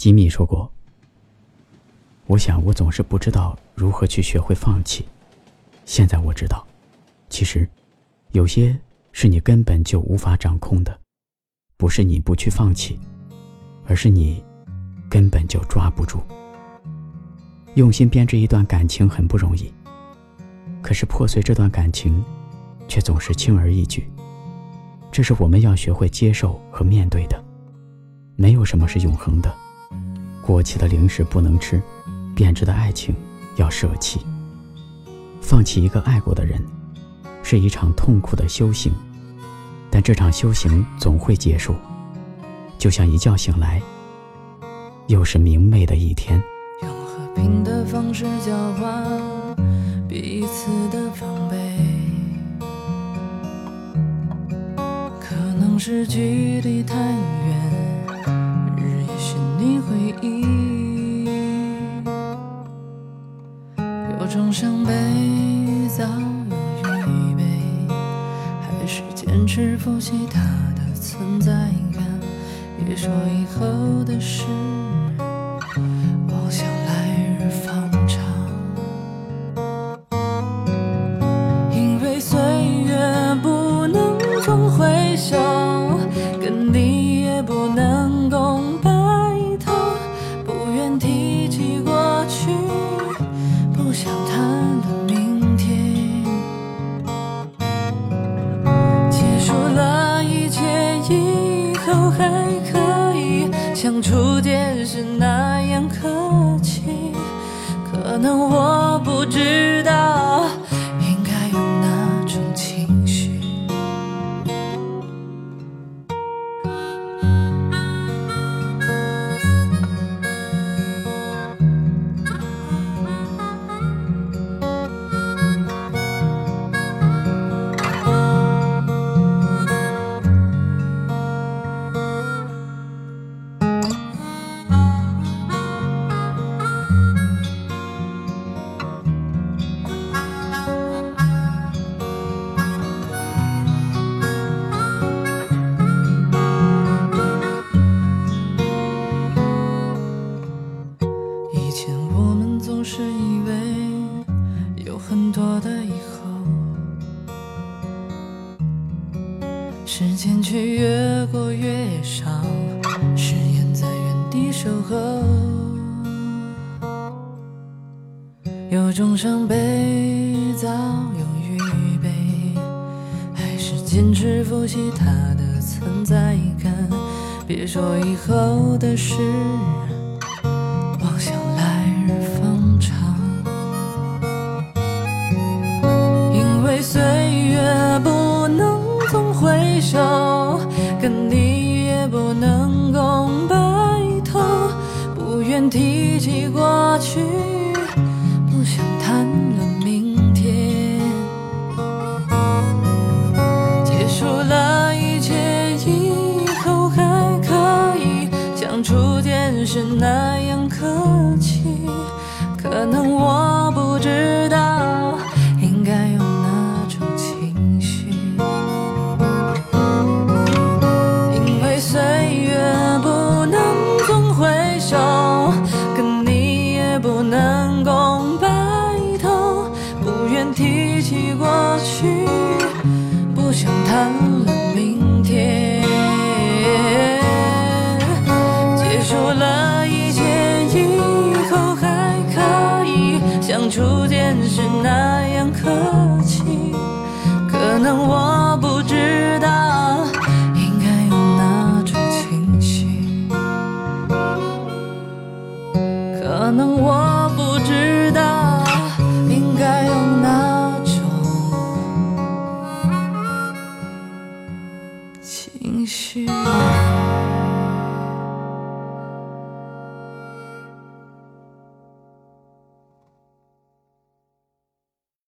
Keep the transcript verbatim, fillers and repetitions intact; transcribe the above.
吉米说过，我想我总是不知道如何去学会放弃，现在我知道，其实有些是你根本就无法掌控的，不是你不去放弃，而是你根本就抓不住。用心编织一段感情很不容易，可是破碎这段感情却总是轻而易举，这是我们要学会接受和面对的。没有什么是永恒的，过期的零食不能吃，变质的爱情要舍弃。放弃一个爱过的人，是一场痛苦的修行，但这场修行总会结束，就像一觉醒来，又是明媚的一天。 用和平的方式交换彼此的防备，可能是距离太远，日夜寻你回忆，有种伤悲早有预备，还是坚持复习它的存在感。别说以后的事，望向来日方长，因为岁月不能总回首，跟你也不能共白头，不愿提起过去，不想谈论明天，结束了一切以后还可以像初见时那样客气，可能我不知道应该用哪种情绪。以前我们总是以为有很多的以后，时间却越过越少，誓言在原地守候，有种伤悲早有预备，还是坚持复习它的存在感。别说以后的事，望向来日方长，因为岁月不能总回首，跟你也不能共白头，不愿提起过去，不想谈论明天，结束了一切以后还可以像初见时那样客气，可能我不知道应该用哪种情绪，因为岁月不能总回首，跟你也不能共白头，不愿提起过去，不想谈论明天，结束了一切以后还可以像初见时那样客气，可能我不知道应该用哪种情绪，可能我不知道应该用哪种情绪。